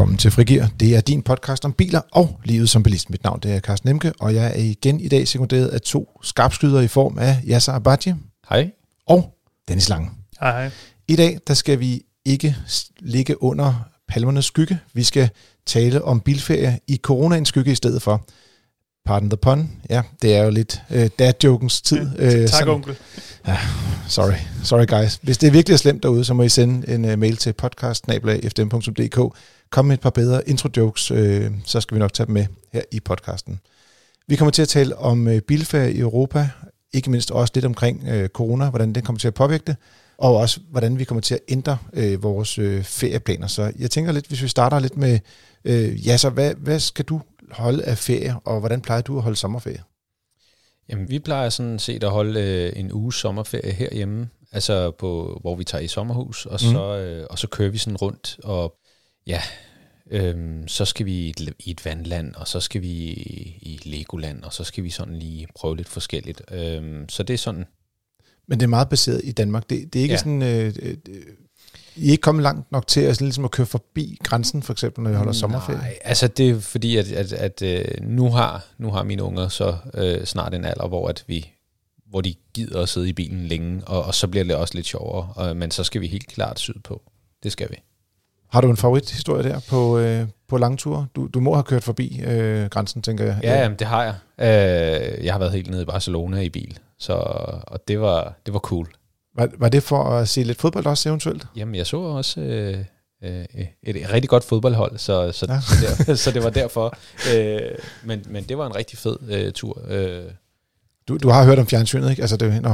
Velkommen til Frigir. Det er din podcast om biler og livet som bilist. Mit navn det er Carsten Nemke, og jeg er igen i dag sekunderet af to skarpskydere i form af Yasser Abadji. Hej. Og Dennis Lange. Hej. I dag der skal vi ikke ligge under palmernes skygge. Vi skal tale om bilferie i coronaens skygge i stedet for. Pardon the pun. Ja, det er jo lidt dad-jokens tid. Tak, onkel. Ja, sorry guys. Hvis det virkelig er slemt derude, så må I sende en mail til podcast@fdm.dk. Kom med et par bedre intro-jokes, så skal vi nok tage dem med her i podcasten. Vi kommer til at tale om bilferie i Europa, ikke mindst også lidt omkring corona, hvordan det kommer til at påvirke det, og også hvordan vi kommer til at ændre vores ferieplaner. Så jeg tænker lidt, hvis vi starter lidt med, så hvad skal du holde af ferie, og hvordan plejer du at holde sommerferie? Jamen, vi plejer sådan set at holde en uges sommerferie herhjemme, altså hvor vi tager i sommerhus, og så kører vi sådan rundt, og ja, så skal vi i et vandland, og så skal vi i Legoland, og så skal vi sådan lige prøve lidt forskelligt. Så det er sådan. Men det er meget baseret i Danmark. Det er ikke sådan... I er ikke kommet langt nok til at, ligesom at køre forbi grænsen, for eksempel, når I holder sommerferie? Nej, altså det er fordi, at nu har mine unger så snart en alder, hvor de gider at sidde i bilen længe, og så bliver det også lidt sjovere. Men så skal vi helt klart sydpå. Det skal vi. Har du en favorithistorie der på langture? Du må have kørt forbi grænsen, tænker jeg. Ja, det har jeg. Jeg har været helt nede i Barcelona i bil, og det var cool. Var det for at se lidt fodbold også eventuelt? Jamen, jeg så også et rigtig godt fodboldhold, så det var derfor. Men det var en rigtig fed tur. Du har hørt om fjernsynet, ikke? Altså det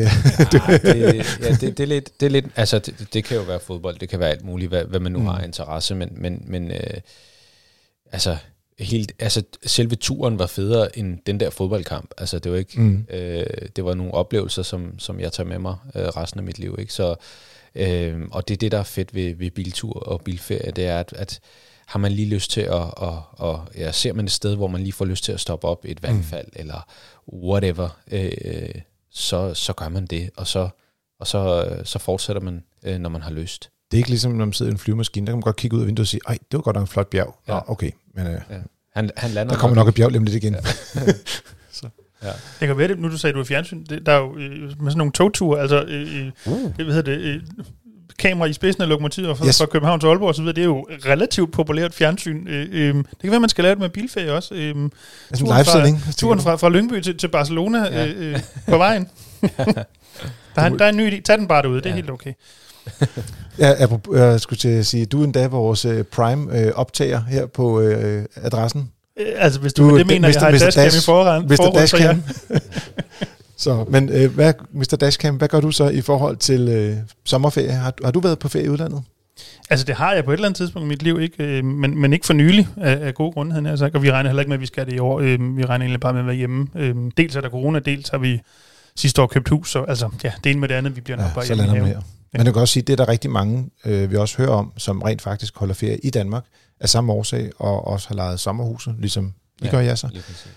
er lidt. Altså det kan jo være fodbold, det kan være alt muligt, hvad man nu har interesse, men selve turen var federe end den der fodboldkamp. Altså det var ikke, det var nogle oplevelser, som jeg tager med mig resten af mit liv, ikke? Så og det er det, der er fedt ved biltur og bilferie, det er at har man lige lyst til at ser man et sted, hvor man lige får lyst til at stoppe op et vandfald eller whatever, så gør man det, og så fortsætter man, når man har lyst. Det er ikke ligesom, når man sidder i en flyvemaskine, der kan man godt kigge ud af vinduet og sige, ej, det var godt nok en flot bjerg. Ja. Nå, okay, men han lander der kommer nok et bjerg lidt igen. Ja. Så. Ja. Det kan være det, nu du sagde, du er fjernsyn, der er jo med sådan nogle togture, altså kamera i spidsen af lokomotiver fra København til Aalborg og så videre, det er jo relativt populært fjernsyn. Det kan være, man skal lave det med bilferie også. Turen fra Lyngby til Barcelona på vejen. Der er en ny idé. Tag den bare derude, det er helt okay. Jeg skulle til at sige, du er endda vores Prime optager her på adressen. Altså, hvis du det mener, jeg har et dashcam i forhånd. Mr. Dashcam. Så, men Mr. Dashcam, hvad gør du så i forhold til sommerferie? Har du været på ferie i udlandet? Altså, det har jeg på et eller andet tidspunkt i mit liv, ikke, men ikke for nylig af gode grunde, havde jeg sagt. Og vi regner heller ikke med, at vi skal det i år. Vi regner egentlig bare med at være hjemme. Dels er der corona, dels har vi sidste år købt hus. Så altså, ja, det ene med det andet, vi bliver nok bare hjemme i haven. Men jeg kan også sige, at det er der rigtig mange, vi også hører om, som rent faktisk holder ferie i Danmark af samme årsag, og også har lejet sommerhuse, ligesom I gør jeg så.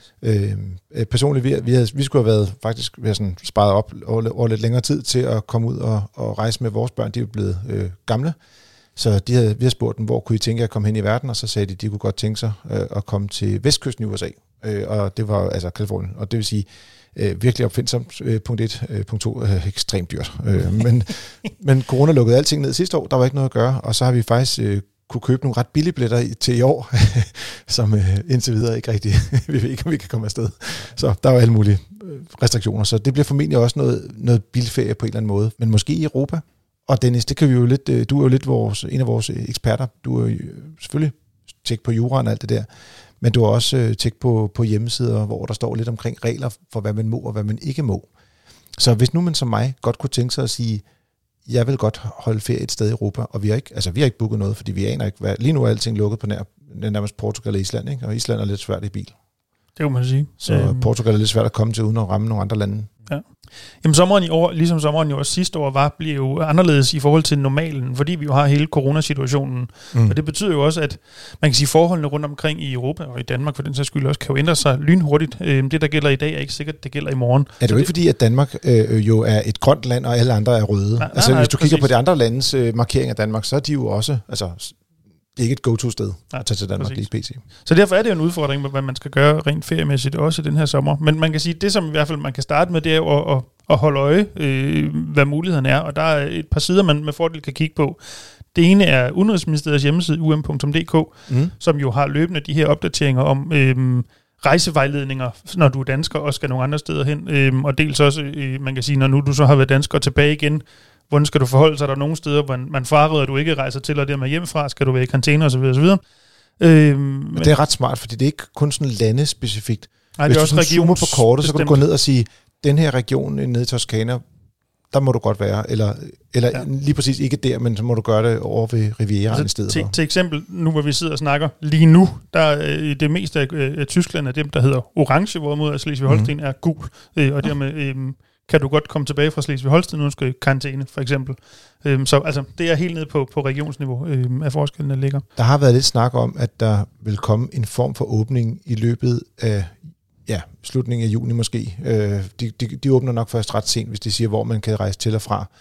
Personligt, vi skulle have været faktisk sådan sparet op over lidt længere tid til at komme ud og rejse med vores børn. De er blevet gamle, så vi har spurgt dem, hvor kunne I tænke jer at komme hen i verden, og så sagde de kunne godt tænke sig at komme til vestkysten i USA, og det var altså Kalifornien, og det vil sige, virkelig opfindsomt, punkt 1, punkt 2, ekstremt dyrt. Men corona lukkede alting ned sidste år, der var ikke noget at gøre, og så har vi faktisk kunne købe nogle ret billige billetter til i år, som indtil videre ikke rigtig, vi ved ikke, om vi kan komme afsted. Så der var alle mulige restriktioner, så det bliver formentlig også noget bilferie på en eller anden måde, men måske i Europa. Og Dennis, det kan vi jo lidt, du er jo lidt en af vores eksperter, du er jo selvfølgelig tjek på juraen og alt det der, men du har også tjek på hjemmesider, hvor der står lidt omkring regler for, hvad man må og hvad man ikke må. Så hvis nu man som mig godt kunne tænke sig at sige, jeg vil godt holde ferie et sted i Europa, og vi har ikke booket noget, fordi vi aner ikke, lige nu er alting lukket på nærmest Portugal og Island, ikke? Og Island er lidt svært i bil. Det kan man sige. Så Portugal er lidt svært at komme til, uden at ramme nogle andre lande. Ja. Jamen sommeren i år, ligesom sommeren i år sidste år bliver jo anderledes i forhold til normalen, fordi vi jo har hele coronasituationen. Og det betyder jo også, at man kan sige, forholdene rundt omkring i Europa og i Danmark for den sags skyld også kan jo ændre sig lynhurtigt. Det, der gælder i dag, er ikke sikkert, det gælder i morgen. Er det jo ikke fordi, at Danmark jo er et grønt land, og alle andre er røde? Nej, hvis du kigger på de andre landes markering af Danmark, så er de jo også, altså det er ikke et go-to-sted at tage til Danmark lige pt. Så derfor er det jo en udfordring, hvad man skal gøre rent feriemæssigt også den her sommer. Men man kan sige, det som i hvert fald man kan starte med, det er jo at holde øje, hvad mulighederne er. Og der er et par sider, man med fordel kan kigge på. Det ene er Udenrigsministeriets hjemmeside, um.dk, som jo har løbende de her opdateringer om rejsevejledninger, når du er dansker og skal nogle andre steder hen. Og dels også, man kan sige, når nu du så har været dansker tilbage igen, hvordan skal du forholde sig? Der er nogle steder, hvor man fraråder, at du ikke rejser til, og dermed hjemmefra skal du være i karantæne osv. osv. Men det er ret smart, fordi det er ikke kun sådan landespecifikt. Nej, hvis det er du også zoomer på kortet, så kan du gå ned og sige, den her region nede i Toskana, der må du godt være, eller lige præcis ikke der, men så må du gøre det over ved Rivieraen i stedet. Til eksempel, nu hvor vi sidder og snakker lige nu, der det meste af Tyskland er dem, der hedder orange, hvorimod Slesvig-Holsten er gul, og dermed kan du godt komme tilbage fra Slesvig-Holsten, nu skal i karantæne, for eksempel. Så altså, det er helt nede på regionsniveau, af forskellene ligger. Der har været lidt snak om, at der vil komme en form for åbning i løbet af slutningen af juni måske. De åbner nok først ret sent, hvis de siger, hvor man kan rejse til og fra.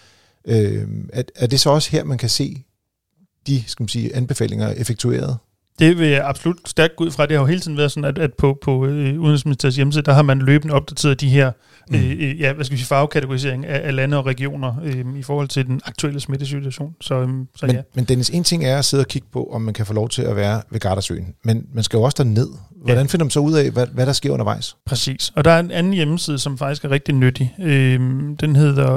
Er det så også her, man kan se de anbefalinger effektueret? Det vil jeg absolut stærkt gå ud fra. Det har jo hele tiden været sådan, at på Udenrigsministeriets hjemmeside, der har man løbende opdateret de her farvekategorisering af lande og regioner i forhold til den aktuelle smittesituation. Men Dennis, en ting er at sidde og kigge på, om man kan få lov til at være ved Gardasøen, men man skal jo også derned. Hvordan finder man så ud af, hvad der sker undervejs? Præcis, og der er en anden hjemmeside, som faktisk er rigtig nyttig. Den hedder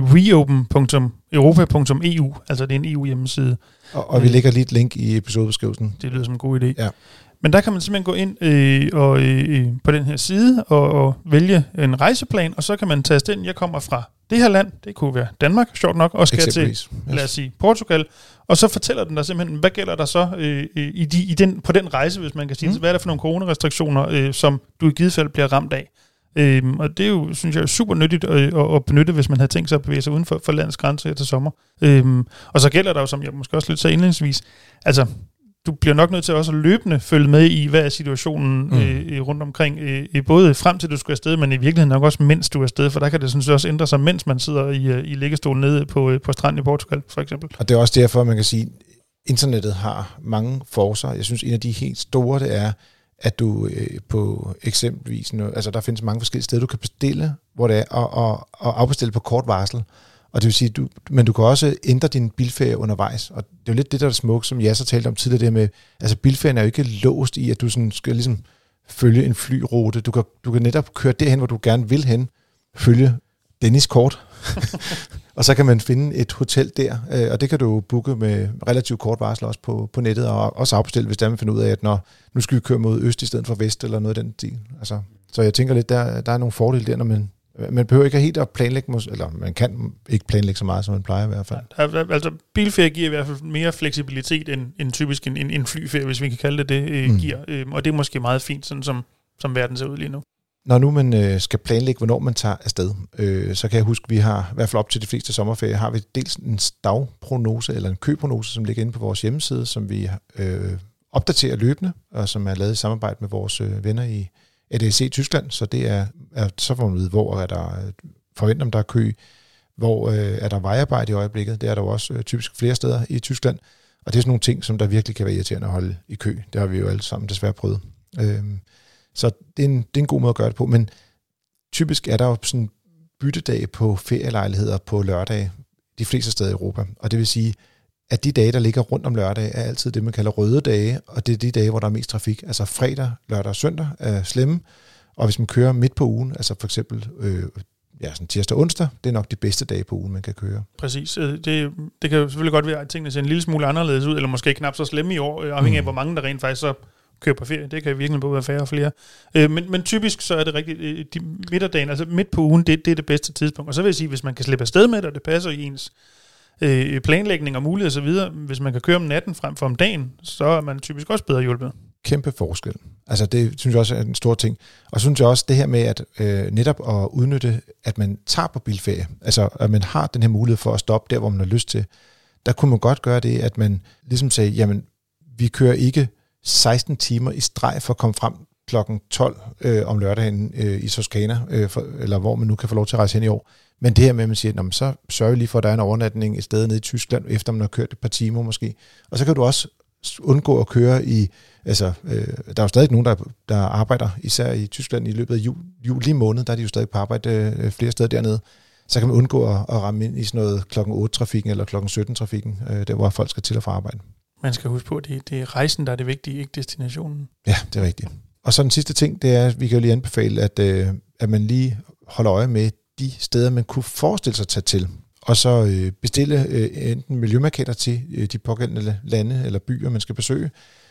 reopen.europa.eu, altså det er en EU-hjemmeside. Og vi lægger lige et link i episodebeskrivelsen. Det lyder som en god idé. Ja. Men der kan man simpelthen gå ind på den her side og vælge en rejseplan, og så kan man tage ind, jeg kommer fra det her land, det kunne være Danmark, sjovt nok, og skal til, lad os sige, Portugal, og så fortæller den der simpelthen, hvad gælder der så på den rejse, hvis man kan sige, hvad er der for nogle coronarestriktioner, som du i givet fald bliver ramt af. Og det er jo, synes jeg, er super nyttigt at benytte, hvis man havde tænkt sig at bevæge sig uden for landets grænser her til sommer. Og så gælder der jo, som jeg måske også lidt sagde indledningsvis, altså du bliver nok nødt til også at løbende følge med i, hvad er situationen rundt omkring, både frem til du skal afsted, men i virkeligheden nok også mens du er afsted, for der kan det sådan også ændre sig, mens man sidder i liggestolen nede på stranden i Portugal, for eksempel. Og det er også derfor, man kan sige, internettet har mange forser. Jeg synes, en af de helt store, det er, at du på eksempelvis, altså der findes mange forskellige steder, du kan bestille, hvor det er, og afbestille på kort varsel. Og det vil sige, men du kan også ændre din bilferie undervejs. Og det er jo lidt det, der er smukt, som jeg så talte om tidligere, det med, altså bilferien er jo ikke låst i, at du sådan skal ligesom følge en flyrute. Du kan netop køre derhen, hvor du gerne vil hen, følge Dennis kort, og så kan man finde et hotel der, og det kan du booke med relativt kort varsel også på nettet, og også afbestille, hvis der man finder ud af, at nu skal vi køre mod øst i stedet for vest, eller noget af den stil. Altså, så jeg tænker lidt, der er nogle fordele der, når man behøver ikke helt at planlægge, eller man kan ikke planlægge så meget, som man plejer i hvert fald. Ja, altså bilferie giver i hvert fald mere fleksibilitet end typisk en flyferie, hvis vi kan kalde det giver, og det er måske meget fint, sådan som verden ser ud lige nu. Når nu man skal planlægge, hvornår man tager afsted, så kan jeg huske, vi har i hvert fald op til de fleste sommerferie, har vi dels en dagprognose eller en køprognose, som ligger inde på vores hjemmeside, som vi opdaterer løbende, og som er lavet i samarbejde med vores venner i ADAC i Tyskland. Så det er så får man vide, hvor er der forventer, om der er kø, hvor er der vejarbejde i øjeblikket. Det er der jo også typisk flere steder i Tyskland, og det er sådan nogle ting, som der virkelig kan være irriterende at holde i kø. Det har vi jo alle sammen desværre prøvet. Så det er en god måde at gøre det på, men typisk er der jo sådan byttedage på ferielejligheder på lørdage, de fleste steder i Europa. Og det vil sige, at de dage, der ligger rundt om lørdag, er altid det, man kalder røde dage, og det er de dage, hvor der er mest trafik. Altså fredag, lørdag og søndag er slemme, og hvis man kører midt på ugen, altså for eksempel sådan tirsdag og onsdag, det er nok de bedste dage på ugen, man kan køre. Præcis. Det kan jo selvfølgelig godt være, at tingene ser en lille smule anderledes ud, eller måske knap så slemme i år, afhængig af, hvor mange der rent faktisk så kører på ferie. Det kan virkelig både være færre og flere. Men typisk så er det rigtigt, de midterdagen, altså midt på ugen, det er det bedste tidspunkt. Og så vil jeg sige, hvis man kan slippe afsted med det, og det passer i ens planlægning og mulighed og så videre, hvis man kan køre om natten frem for om dagen, så er man typisk også bedre hjulpet. Kæmpe forskel. Altså det synes jeg også er en stor ting. Og så synes jeg også det her med at netop at udnytte, at man tager på bilferie, altså at man har den her mulighed for at stoppe der, hvor man har lyst til. Der kunne man godt gøre det, at man ligesom sagde, jamen vi kører ikke 16 timer i streg for at komme frem klokken 12 om lørdagen i Toskana, eller hvor man nu kan få lov til at rejse hen i år. Men det her med, at man siger, så sørg lige for, at der er en overnatning et sted nede i Tyskland, efter man har kørt et par timer måske. Og så kan du også undgå at køre i, altså der er jo stadig nogen, der arbejder, især i Tyskland i løbet af juli måned, der er de jo stadig på arbejde flere steder dernede. Så kan man undgå at ramme ind i sådan noget klokken 8-trafikken eller klokken 17-trafikken, der hvor folk skal til og fra arbejde. Man skal huske på, at det er rejsen, der er det vigtige, ikke destinationen. Ja, det er rigtigt. Og så den sidste ting, det er, at vi kan jo lige anbefale, at man lige holder øje med de steder, man kunne forestille sig at tage til. Og så bestille enten miljømarkader til de pågældende lande eller byer, man skal besøge,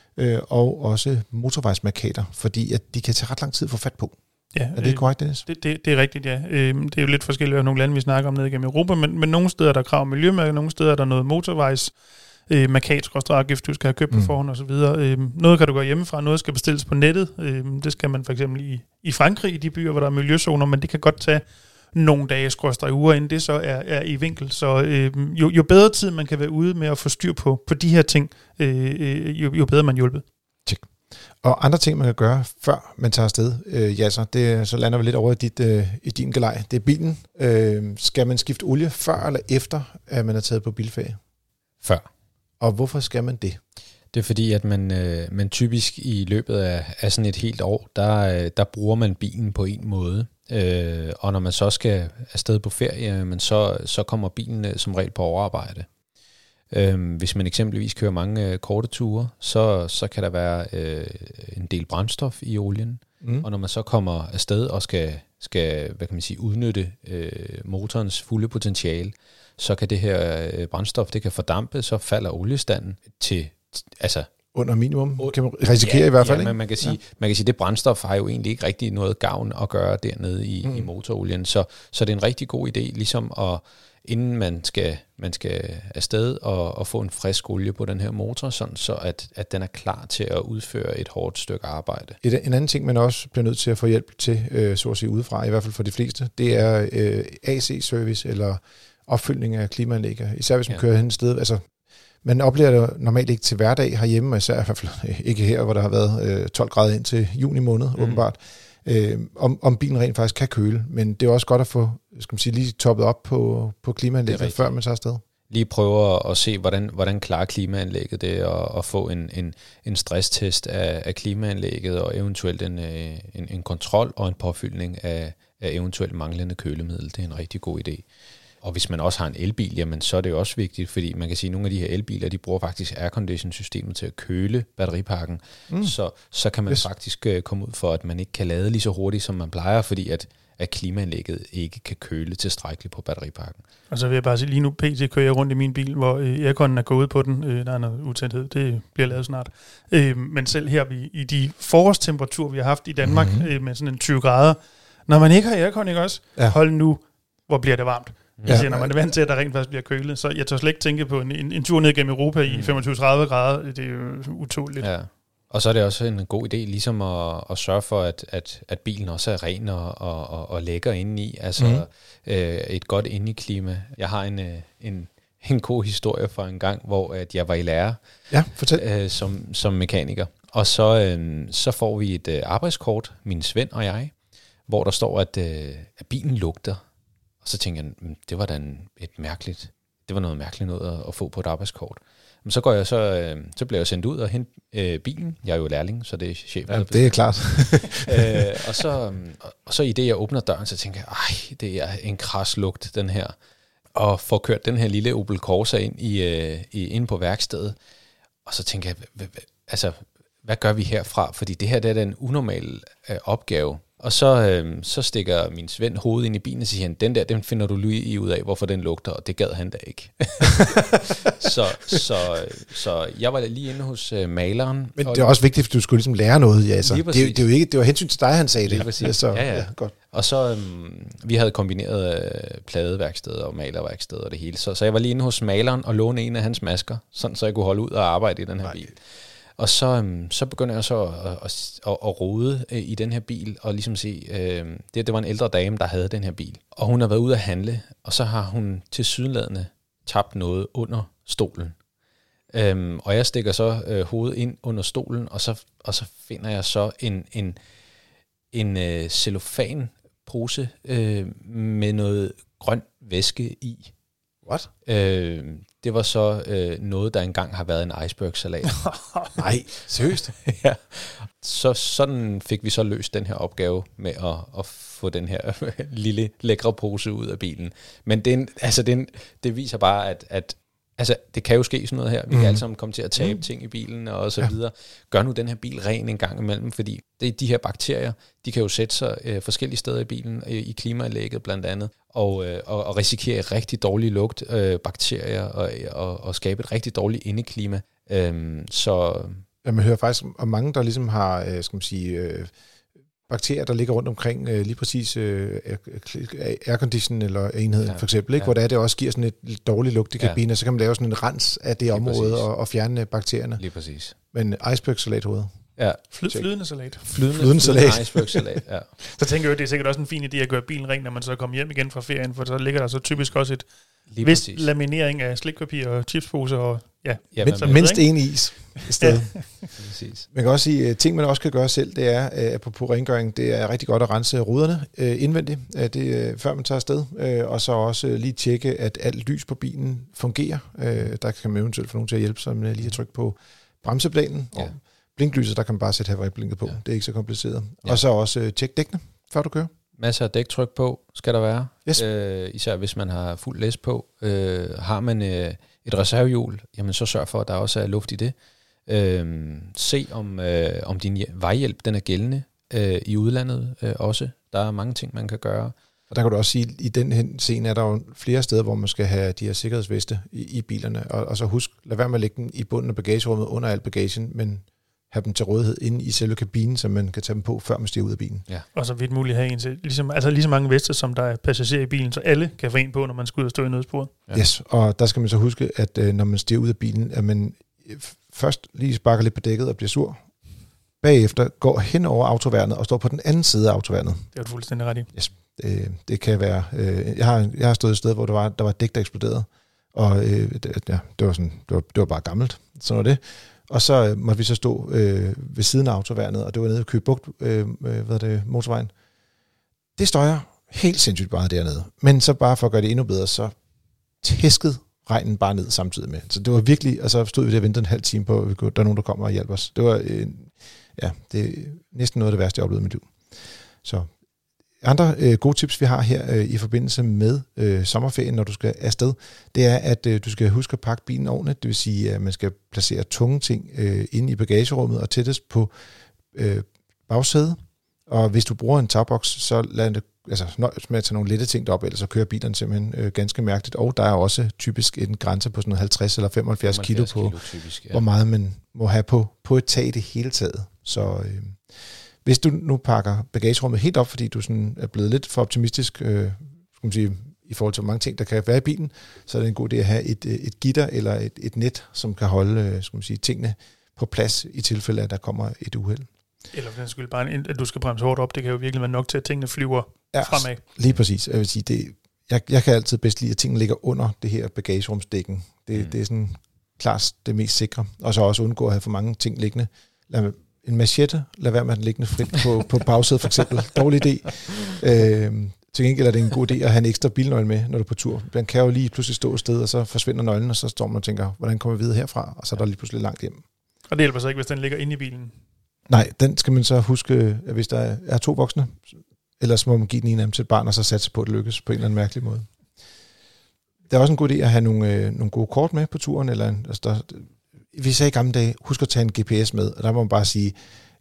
og også motorvejsmarkader, fordi at de kan tage ret lang tid at få fat på. Ja, er det korrekt, Dennis? Det er rigtigt, ja. Det er jo lidt forskelligt af nogle lande, vi snakker om ned igennem Europa, men nogle steder er der krav om miljømærker, nogle steder er der noget motorvejs, markatskostafgift, du skal have købt på forhånd og så videre. Noget kan du gøre hjemmefra, noget skal bestilles på nettet. Det skal man for eksempel i Frankrig, i de byer, hvor der er miljøzoner, men det kan godt tage nogle dage, uger, inden det så er i vinkel. Så jo bedre tid man kan være ude med at få styr på de her ting, jo bedre man hjælper. Check. Og andre ting, man kan gøre, før man tager afsted, så lander vi lidt over i din galej. Det er bilen. Skal man skifte olie før eller efter, at man er taget på bilferie? Før. Og hvorfor skal man det? Det er fordi, at man typisk i løbet af sådan et helt år, der bruger man bilen på en måde. Og når man så skal afsted på ferie, men så kommer bilen som regel på overarbejde. Hvis man eksempelvis kører mange korte ture, så kan der være en del brændstof i olien. Og når man så kommer afsted og skal hvad kan man sige, udnytte motorens fulde potentiale, så kan det her brændstof, det kan fordampe, så falder oliestanden til under minimum, kan man risikere i hvert fald. Ja, men man kan sige, at det brændstof har jo egentlig ikke rigtig noget gavn at gøre dernede i motorolien, så det er en rigtig god idé, ligesom at inden man skal afsted og få en frisk olie på den her motor, sådan så at den er klar til at udføre et hårdt stykke arbejde. En anden ting, man også bliver nødt til at få hjælp til, så at sige udefra, i hvert fald for de fleste, det er AC-service eller opfyldning af klimaanlæg. Især hvis man kører hen et sted. Altså, man oplever det normalt ikke til hverdag herhjemme, og især i hvert fald ikke her, hvor der har været 12 grader ind til juni måned, åbenbart. Om bilen rent faktisk kan køle, men det er også godt at få, skal man sige, lige toppet op på klimaanlægget, før man tager afsted. Lige prøve at se, hvordan klarer klimaanlægget det, og få en stresstest af klimaanlægget, og eventuelt en kontrol og en påfyldning af eventuelt manglende kølemiddel. Det er en rigtig god idé. Og hvis man også har en elbil, jamen så er det jo også vigtigt, fordi man kan sige, at nogle af de her elbiler, de bruger faktisk aircondition-systemet til at køle batteripakken. Så kan man faktisk komme ud for, at man ikke kan lade lige så hurtigt, som man plejer, fordi at klimaanlægget ikke kan køle tilstrækkeligt på batteripakken. Og så vil jeg bare sige, lige nu pt. Kører jeg rundt i min bil, hvor airconen er gået på den. Der er noget utæthed, det bliver lavet snart. Men selv her i de forårstemperaturer, vi har haft i Danmark, med sådan en 20 grader, når man ikke har aircon, ikke også? Ja. Hold nu, hvor bliver det varmt. Ja. Når man er vant til, at der rent faktisk bliver kølet. Så jeg tør slet ikke tænke på en tur ned gennem Europa i 25-30 grader. Det er jo utåligt. Ja. Og så er det også en god idé ligesom at sørge for, at bilen også er ren og lækker indeni. Altså et godt indeklima. Jeg har en god historie fra en gang, hvor at jeg var i lære som mekaniker. Og så får vi et arbejdskort, min Svend og jeg, hvor der står, at bilen lugter. Og så tænker jeg, det var da det var noget mærkeligt noget at få på et arbejdskort. Men så går jeg så bliver jeg sendt ud og hente bilen. Jeg er jo lærling, så det er chefen. Ja, det er klart. og så i det, jeg åbner døren, så tænker jeg, det er en kras lugt, den her. Og får kørt den her lille Opel Corsa ind på værkstedet. Og så tænker jeg, hvad gør vi herfra? Fordi det her, det er en unormal opgave. Og så stikker min Svend hovedet ind i bilen og siger, den finder du lige ud af, hvorfor den lugter, og det gad han da ikke. så jeg var lige inde hos maleren. Men det er også vigtigt, for du skulle ligesom lære noget. Ja, så. Det er jo ikke, det var hensyn til dig, han sagde det. Ja, så, ja. Godt. Og så vi havde kombineret pladeværksted og malerværksted og det hele. Så jeg var lige inde hos maleren og låne en af hans masker, sådan så jeg kunne holde ud og arbejde i den her bil. Og så begynder jeg så at rode i den her bil, og ligesom se, det var en ældre dame, der havde den her bil. Og hun har været ude at handle, og så har hun tilsyneladende tabt noget under stolen. Og jeg stikker så hovedet ind under stolen, og så finder jeg så en cellofanpose med noget grøn væske i. What? det var så noget, der engang har været en iceberg-salat. Nej, seriøst? Ja. Så sådan fik vi så løst den her opgave med at få den her lille lækre pose ud af bilen. Men det viser bare, at altså, det kan jo ske sådan noget her. Vi kan alle sammen komme til at tabe ting i bilen og så videre. Gør nu den her bil ren en gang imellem, fordi de her bakterier, de kan jo sætte sig forskellige steder i bilen, i klimaanlægget blandt andet, og risikere rigtig dårlig lugt, bakterier, og skabe et rigtig dårligt indeklima. Ja, man hører faktisk om mange, der ligesom har, skal man sige, bakterier, der ligger rundt omkring lige præcis aircondition eller enheden for eksempel, ikke? Hvor det også giver sådan et dårligt lugt i kabinen, og så kan man lave sådan en rens af det område og fjerne bakterierne. Lige præcis. Men iceberg-salathoved. Ja. Flydende salat. Flydende salat. Iceberg-salat, ja. Så tænker jeg, det er sikkert også en fin idé at gøre bilen ren, når man så kommer hjem igen fra ferien, for så ligger der så typisk også et vis laminering af slikpapir og chipsposer og mindst en is i stedet. Præcis. Man kan også sige, ting man også kan gøre selv, det er, apropos rengøring, det er rigtig godt at rense ruderne indvendigt, før man tager afsted, og så også lige tjekke, at alt lys på bilen fungerer. Der kan man eventuelt få nogen til at hjælpe sig med lige at trykke på bremseplanen, og blinklyset, der kan man bare sætte havariblinket på. Det er ikke så kompliceret. Ja. Og så også tjek dækkene, før du kører. Masser af dæktryk på skal der være, yes. Især hvis man har fuld læs på. Har man et reservehjul, jamen så sørg for, at der også er luft i det. Se om din vejhjælp den er gældende i udlandet også. Der er mange ting, man kan gøre. Og der kan du også sige, at i den scene er der jo flere steder, hvor man skal have de her sikkerhedsveste i bilerne. Og så husk, lad være med at lægge dem i bunden af bagagerummet under al bagagen, men have dem til rådighed inde i selve kabinen, så man kan tage dem på, før man stiger ud af bilen. Ja. Og så vidt muligt have en til, lige så mange veste, som der er passagerer i bilen, så alle kan få en på, når man skal ud og stå i nødsporet. Ja. Yes, og der skal man så huske, at når man stiger ud af bilen, at man først lige sparker lidt på dækket og bliver sur. Bagefter går hen over autoværnet og står på den anden side af autoværnet. Det er du fuldstændig ret i. Yes, det kan være... Jeg har stået et sted, hvor der var et dæk, der eksploderede, og det var bare gammelt. Sådan var det. Og så måtte vi så stå ved siden af autoværnet, og det var nede i Køge Bugt, motorvejen. Det støjer helt sindssygt bare dernede. Men så bare for at gøre det endnu bedre, så tæskede regnen bare ned samtidig med. Så det var virkelig, og så stod vi der og ventede en halv time på, at der er nogen, der kommer og hjælper os. Det var, det er næsten noget af det værste, jeg oplevede i mit liv. Så andre gode tips, vi har her i forbindelse med sommerferien, når du skal afsted, det er, at du skal huske at pakke bilen ordentligt. Det vil sige, at man skal placere tunge ting inde i bagagerummet og tættest på bagsædet. Og hvis du bruger en tagboks, så lad det nøjes med at tage nogle lette ting derop, ellers så kører bilerne simpelthen ganske mærkeligt. Og der er også typisk en grænse på sådan 50 eller 75 kilo på, typisk, hvor meget man må have på et tag i det hele taget. Så hvis du nu pakker bagagerummet helt op, fordi du sådan er blevet lidt for optimistisk, skal man sige, i forhold til hvor mange ting, der kan være i bilen, så er det en god idé at have et gitter eller et net, som kan holde skal man sige, tingene på plads i tilfælde af, at der kommer et uheld. Eller for den skyld bare, at du skal bremse hårdt op, det kan jo virkelig være nok til, at tingene flyver fremad. Lige præcis. Jeg vil sige, jeg kan altid bedst lide, at tingene ligger under det her bagagerumsdækken. Det er sådan klart det mest sikre. Og så også undgå at have for mange ting liggende. En machete, lad være med at den liggende frit på bagsædet for eksempel. Dårlig idé. Til gengæld er det en god idé at have en ekstra bilnøgle med, når du er på tur. Den kan jo lige pludselig stå et sted, og så forsvinder nøglen, og så står man og tænker, hvordan kommer vi videre herfra? Og så er der lige pludselig langt hjem. Og det hjælper så ikke, hvis den ligger inde i bilen? Nej, den skal man så huske, at hvis der er 2 voksne, ellers må man give den ene af dem til et barn, og så satse på, at det lykkes på en eller anden mærkelig måde. Det er også en god idé at have nogle gode kort med på turen, eller vi sagde i gamle dage, husk at tage en GPS med, og der må man bare sige,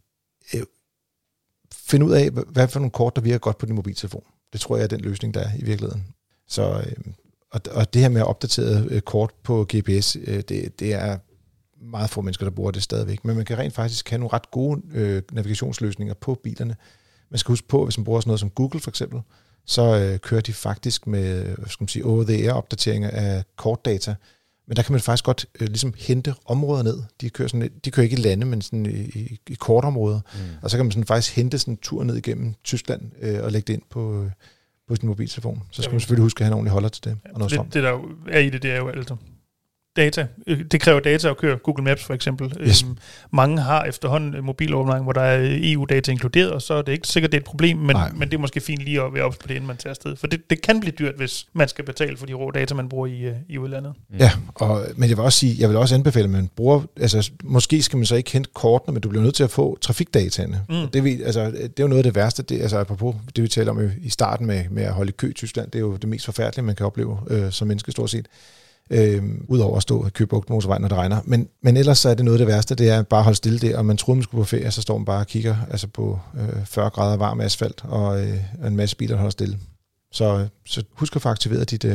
find ud af, hvad for nogle kort, der virker godt på din mobiltelefon. Det tror jeg er den løsning, der er i virkeligheden. Så, og det her med at opdatere kort på GPS, det er meget få mennesker, der bruger det stadigvæk. Men man kan rent faktisk have nogle ret gode navigationsløsninger på bilerne. Man skal huske på, hvis man bruger sådan noget som Google for eksempel, så kører de faktisk med over-the-air-opdateringer af kortdata. Men der kan man faktisk godt ligesom hente områder ned. De kører ikke i lande, men sådan i kortområder. Og så kan man sådan faktisk hente sådan en tur ned igennem Tyskland og lægge det ind på sin mobiltelefon. Så skal man selvfølgelig huske at have en ordentlig holder til det. Og noget det der er i det er jo altså data. Det kræver data at køre Google Maps for eksempel. Yes. Mange har efterhånden mobilovervågning, hvor der er EU-data inkluderet, og så er det ikke sikkert, det er et problem, men det er måske fint lige at være ops på det, inden man tager afsted. For det kan blive dyrt, hvis man skal betale for de rå data, man bruger i udlandet. Ja, men jeg vil også sige, jeg vil også anbefale, at man bruger, altså måske skal man så ikke hente kortene, men du bliver nødt til at få trafikdataene. Det er jo noget af det værste, det, altså apropos det vi taler om i starten med at holde i kø i Tyskland, det er jo det mest forfærdelige, man kan opleve som menneske stort set. Udover at stå og købe Bugt Motorvej, når det regner. Men ellers så er det noget af det værste, det er bare at holde stille der, og man tror, man skulle på ferie, så står man bare og kigger altså på 40 grader varm asfalt, og en masse biler holder stille. Så husk at få aktiveret dit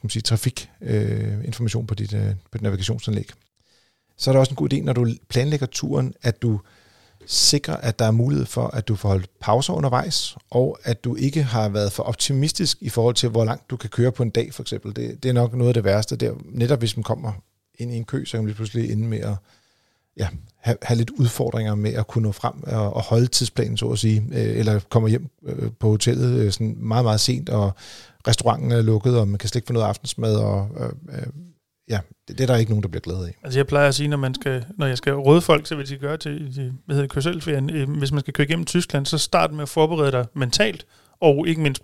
trafikinformation på dit navigationsanlæg. Så er der også en god idé, når du planlægger turen, at du sikrer, at der er mulighed for, at du får holdt pauser undervejs, og at du ikke har været for optimistisk i forhold til, hvor langt du kan køre på en dag, for eksempel. Det er nok noget af det værste. Der, netop hvis man kommer ind i en kø, så kan man lige pludselig ende med at have lidt udfordringer med at kunne nå frem og holde tidsplanen, så at sige, eller kommer hjem på hotellet sådan meget, meget sent, og restauranten er lukket, og man kan slet ikke få noget aftensmad, og det er der ikke nogen, der bliver glad af. Altså jeg plejer at sige, når jeg skal råde folk til, hvad de skal gøre til kørselsferien, hvis man skal køre igennem Tyskland, så start med at forberede dig mentalt, og ikke mindst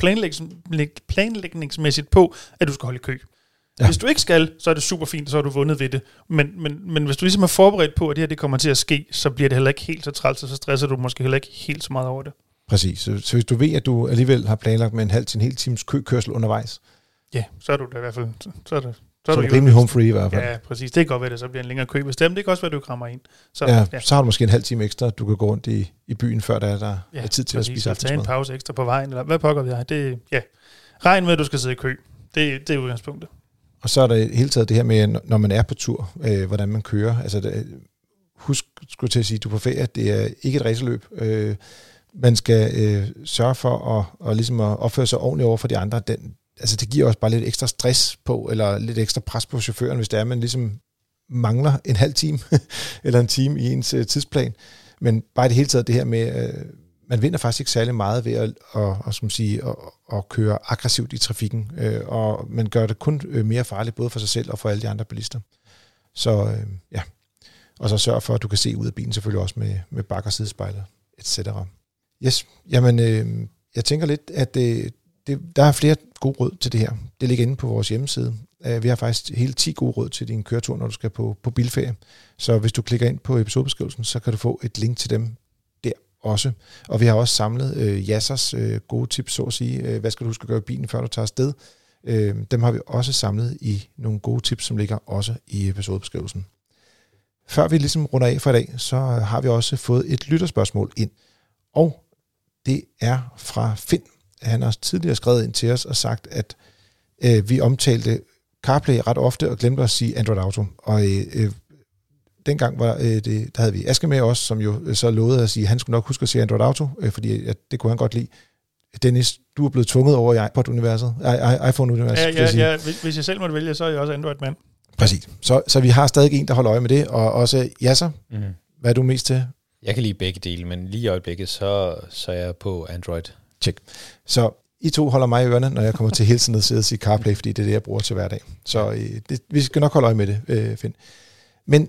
planlægningsmæssigt på, at du skal holde i kø. Ja. Hvis du ikke skal, så er det super fint, så har du vundet ved det. Men hvis du ligesom er forberedt på, at det her det kommer til at ske, så bliver det heller ikke helt så træls, og så stresser du måske heller ikke helt så meget over det. Præcis. Så hvis du ved, at du alligevel har planlagt med en halv til en hel times køkørsel undervejs, ja, så er du da i hvert fald... Så er du rimelig home free i hvert fald. Ja, præcis. Det kan godt være, det så bliver en længere kø bestemt. Det kan også være, at du krammer ind. Så har du måske en halv time ekstra, du kan gå rundt i byen, før der er tid til at spise aftensmad. Tage en pause ekstra på vejen, eller hvad pokker vi har. Regn med, at du skal sidde i kø. Det er udgangspunktet. Og så er der hele taget det her med, når man er på tur, hvordan man kører. Altså, husk, skulle til at sige, du er på ferie, det er ikke et racerløb. Man skal sørge for at ligesom at opføre sig ordentligt over for de andre. Altså det giver også bare lidt ekstra stress på, eller lidt ekstra pres på chaufføren, hvis det er, man ligesom mangler en halv time, eller en time i ens tidsplan. Men bare i det hele taget det her med, man vinder faktisk ikke særlig meget ved at køre aggressivt i trafikken, og man gør det kun mere farligt, både for sig selv og for alle de andre bilister. Så og så sørg for, at du kan se ud af bilen, selvfølgelig også med bak- og sidespejler, etc. Yes, jamen jeg tænker lidt, at der er flere gode råd til det her. Det ligger inde på vores hjemmeside. Vi har faktisk hele 10 gode råd til din køretur, når du skal på bilferie. Så hvis du klikker ind på episodebeskrivelsen, så kan du få et link til dem der også. Og vi har også samlet Yassers gode tips, så at sige. Hvad skal du huske at gøre i bilen, før du tager afsted? Dem har vi også samlet i nogle gode tips, som ligger også i episodebeskrivelsen. Før vi ligesom runder af for i dag, så har vi også fået et lytterspørgsmål ind. Og det er fra Finn. Han har tidligere skrevet ind til os og sagt, at vi omtalte CarPlay ret ofte og glemte at sige Android Auto. Og dengang der havde vi Aske med os, som jo så lovede at sige, at han skulle nok huske at sige Android Auto, fordi det kunne han godt lide. Dennis, du er blevet tvunget over i iPod-universet, iPhone-universet. Ja, hvis jeg selv måtte vælge, så er jeg også Android-mand. Præcis. Så vi har stadig en, der holder øje med det, og også Yasser, hvad er du mest til? Jeg kan lide begge dele, men lige i øjeblikket, så er jeg på Android. Check. Så I to holder mig i ørerne, når jeg kommer til hele tiden at sidde og sige CarPlay, fordi det er det, jeg bruger til hverdag. Så vi skal nok holde øje med det, Finn. Men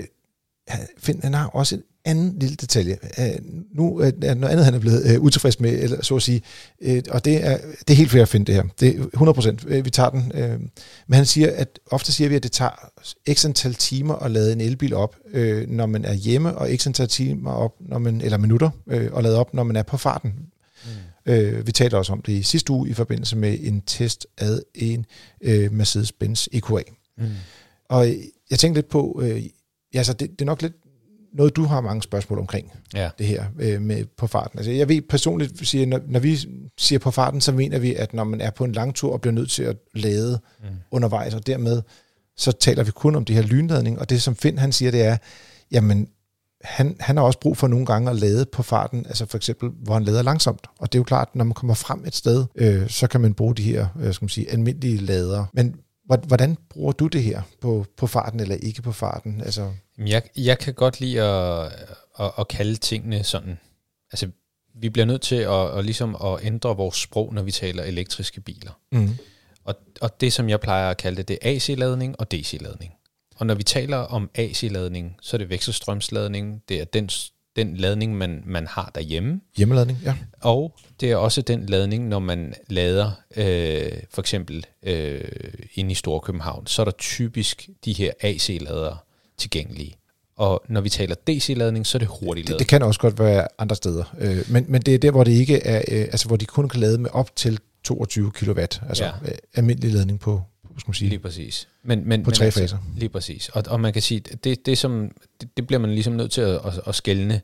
Finn, han har også en anden lille detalje. Nu er noget andet, han er blevet utilfreds med, eller så at sige, og det er helt fair at finde det her. Det er 100%, vi tager den. Men han siger, at ofte siger vi, at det tager x antal timer at lade en elbil op, når man er hjemme, og x antal timer op, eller minutter, at lade op, når man er på farten. Vi talte også om det i sidste uge i forbindelse med en test af en Mercedes-Benz EQA. Og jeg tænkte lidt på, så det er nok lidt noget, du har mange spørgsmål omkring, det her med på farten. Altså, jeg ved personligt, når vi siger på farten, så mener vi, at når man er på en lang tur og bliver nødt til at lade undervejs, og dermed så taler vi kun om det her lynladning, og det som Finn han siger, det er, jamen han har også brug for nogle gange at lade på farten, altså for eksempel, hvor han lader langsomt. Og det er jo klart, når man kommer frem et sted, så kan man bruge de her, almindelige ladere. Men hvordan bruger du det her på farten, eller ikke på farten? Altså jeg kan godt lide at kalde tingene sådan. Altså, vi bliver nødt til at ændre vores sprog, når vi taler elektriske biler. Og det, som jeg plejer at kalde det er AC-ladning og DC-ladning. Og når vi taler om AC-ladning, så er det vekselstrømsladning. Det er den ladning, man har derhjemme. Hjemmeladning, ja. Og det er også den ladning, når man lader for eksempel inde i Storkøbenhavn, så er der typisk de her AC-ladere tilgængelige. Og når vi taler DC-ladning, så er det hurtigt ladet. Det kan også godt være andre steder. Men det er der, hvor det ikke er, altså hvor de kun kan lade med op til 22 kW. Altså almindelig ladning på, skal man sige, lige præcis. Men på 3 faser. Altså, lige præcis. Og man kan sige, det bliver man ligesom nødt til at skelne.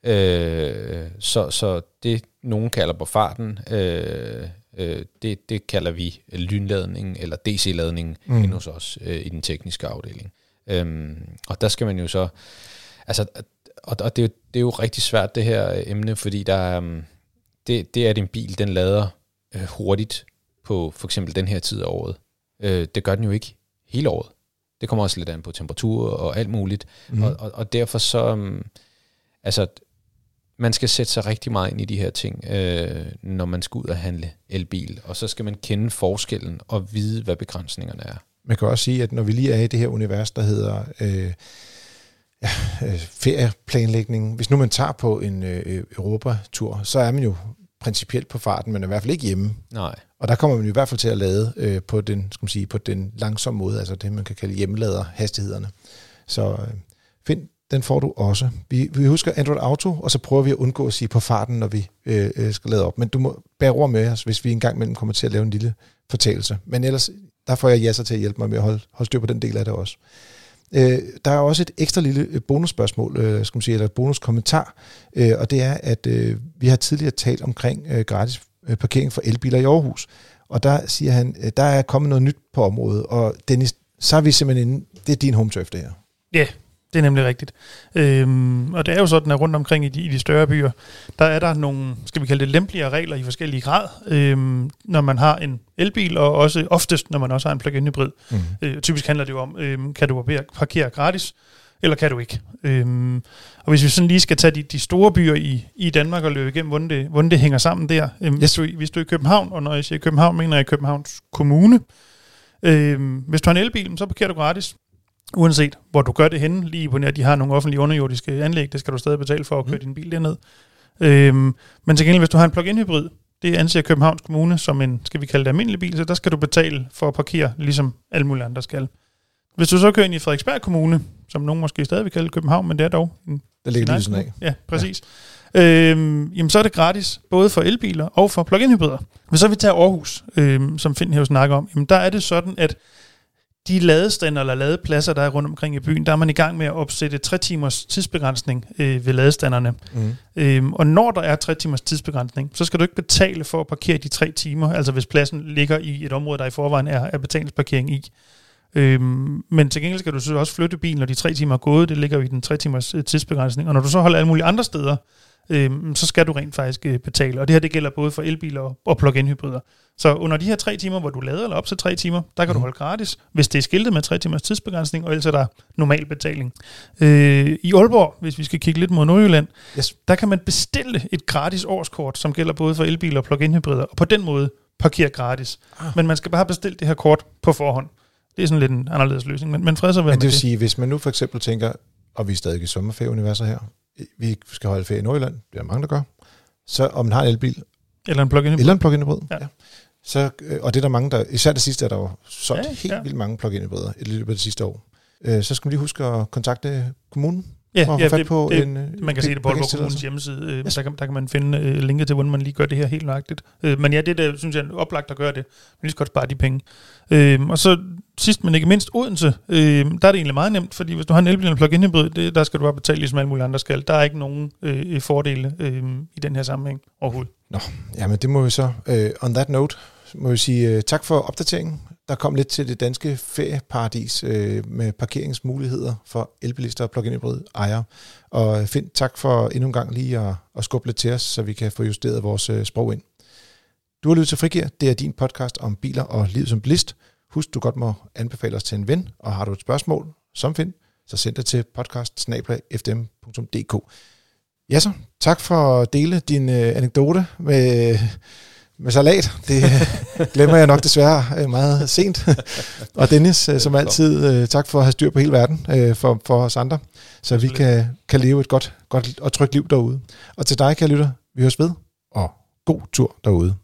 Så det, nogen kalder på farten, det kalder vi lynladning eller DC-ladning inde hos os i den tekniske afdeling. Og der skal man jo så, altså, og det er jo rigtig svært det her emne, fordi der er, det er, at en bil, den lader hurtigt på for eksempel den her tid af året. Det gør den jo ikke hele året. Det kommer også lidt an på temperatur og alt muligt. Og derfor så, altså, man skal sætte sig rigtig meget ind i de her ting, når man skal ud og handle elbil. Og så skal man kende forskellen og vide, hvad begrænsningerne er. Man kan også sige, at når vi lige er i det her univers, der hedder ferieplanlægning. Hvis nu man tager på en Europa-tur, så er man jo principielt på farten, men i hvert fald ikke hjemme. Nej. Og der kommer man jo i hvert fald til at lade på den, skal man sige, på den langsomme måde, altså det, man kan kalde hjemmelader hastighederne. Så find, den får du også. Vi husker Android Auto, og så prøver vi at undgå at sige på farten, når vi skal lade op. Men du må bære ord med os, hvis vi engang mellem kommer til at lave en lille fortalelse. Men ellers, der får jeg Jasser til at hjælpe mig med at holde styr på den del af det også. Der er også et ekstra lille bonusspørgsmål, skal man sige, eller et bonuskommentar, og det er, at vi har tidligere talt omkring gratis parkering for elbiler i Aarhus, og der siger han, der er kommet noget nyt på området, og Dennis, så er vi simpelthen inde, det er din home turf, det her. Ja, det er nemlig rigtigt. Og det er jo sådan, at rundt omkring i de større byer, der er der nogle, skal vi kalde det, lempeligere regler i forskellige grad, når man har en elbil, og også oftest, når man også har en plug-in hybrid. Typisk handler det jo om, kan du parkere gratis, eller kan du ikke? Og hvis vi sådan lige skal tage de store byer i Danmark og løbe igennem, hvordan det hænger sammen der. Hvis du er i København, og når jeg siger København, mener jeg Københavns Kommune. Hvis du har en elbil, så parkerer du gratis. Uanset hvor du gør det henne, lige på nær, de har nogle offentlige underjordiske anlæg, det skal du stadig betale for at køre din bil derned. Men til gengæld, hvis du har en plug-in hybrid, det anser Københavns Kommune som en, skal vi kalde det almindelig bil, så der skal du betale for at parkere, ligesom alle mulige andre skal. Hvis du så kører ind i Frederiksberg Kommune, som nogen måske stadig vil kalde København, men det er dog der ligger lysen af. Ja, præcis. Ja. Jamen så er det gratis, både for elbiler og for plug-in hybrider. Hvis så vi tager Aarhus, som Finn her snakker om, jamen der er det sådan, at de ladestander eller ladepladser, der er rundt omkring i byen, der er man i gang med at opsætte 3 timers tidsbegrænsning ved ladestanderne. Og når der er 3 timers tidsbegrænsning, så skal du ikke betale for at parkere de 3 timer, altså hvis pladsen ligger i et område, der i forvejen er betalingsparkering i. Men til gengæld skal du så også flytte bilen, når de 3 timer er gået, det ligger jo i den 3 timers tidsbegrænsning. Og når du så holder alle mulige andre steder, så skal du rent faktisk betale. Og det her, det gælder både for elbiler og plug-in hybrider. Så under de her 3 timer, hvor du lader, eller op til 3 timer, der kan du holde gratis, hvis det er skiltet med 3 timers tidsbegrænsning, og ellers er der normal betaling. I Aalborg, hvis vi skal kigge lidt mod Nordjylland, der kan man bestille et gratis årskort, som gælder både for elbiler og plug-in hybrider, og på den måde parkere gratis. Men man skal bare bestille det her kort på forhånd. Det er sådan lidt en anderledes løsning, men fred så være med det. Men det vil sige, hvis man nu for eksempel tænker, og vi er stadig i sommerferieuniverset her, vi skal holde ferie i Nordjylland, det er mange, der gør, så om man har en elbil, eller en plug-in hybrid, ja. Så, og det er der mange, der, især det sidste er der jo solgt helt vildt mange plug-in hybrider i løbet af det sidste år. Så skal man lige huske at kontakte kommunen. Man kan se det på Aalborg Kommunens hjemmeside. Der kan man finde linket til, hvordan man lige gør det her helt nøjagtigt. Men ja, det der synes jeg er oplagt at gøre det. Man lige skal godt spare de penge. Og så sidst, men ikke mindst Odense, der er det egentlig meget nemt, fordi hvis du har en elbil eller plug-in hybrid, der skal du bare betale ligesom alle mulige andre skal. Der er ikke nogen fordele i den her sammenhæng overhovedet. Nå, jamen det må vi så. On that note, må vi sige tak for opdateringen. Der kom lidt til det danske ferieparadis med parkeringsmuligheder for elbilister og plug-in hybrid ejere. Og Finn, tak for endnu en gang lige at skubbe lidt til os, så vi kan få justeret vores sprog ind. Du har lyttet til Frigir. Det er din podcast om biler og livet som bilist. Husk, du godt må anbefale os til en ven, og har du et spørgsmål som Finn, så send det til podcast@fdm.dk. Ja så, tak for at dele din anekdote med med salat. Det glemmer jeg nok desværre meget sent. Og Dennis, som altid, tak for at have styr på hele verden for os andre, så vi kan leve et godt og trygt liv derude. Og til dig, kære lytter, vi høres ved, og god tur derude.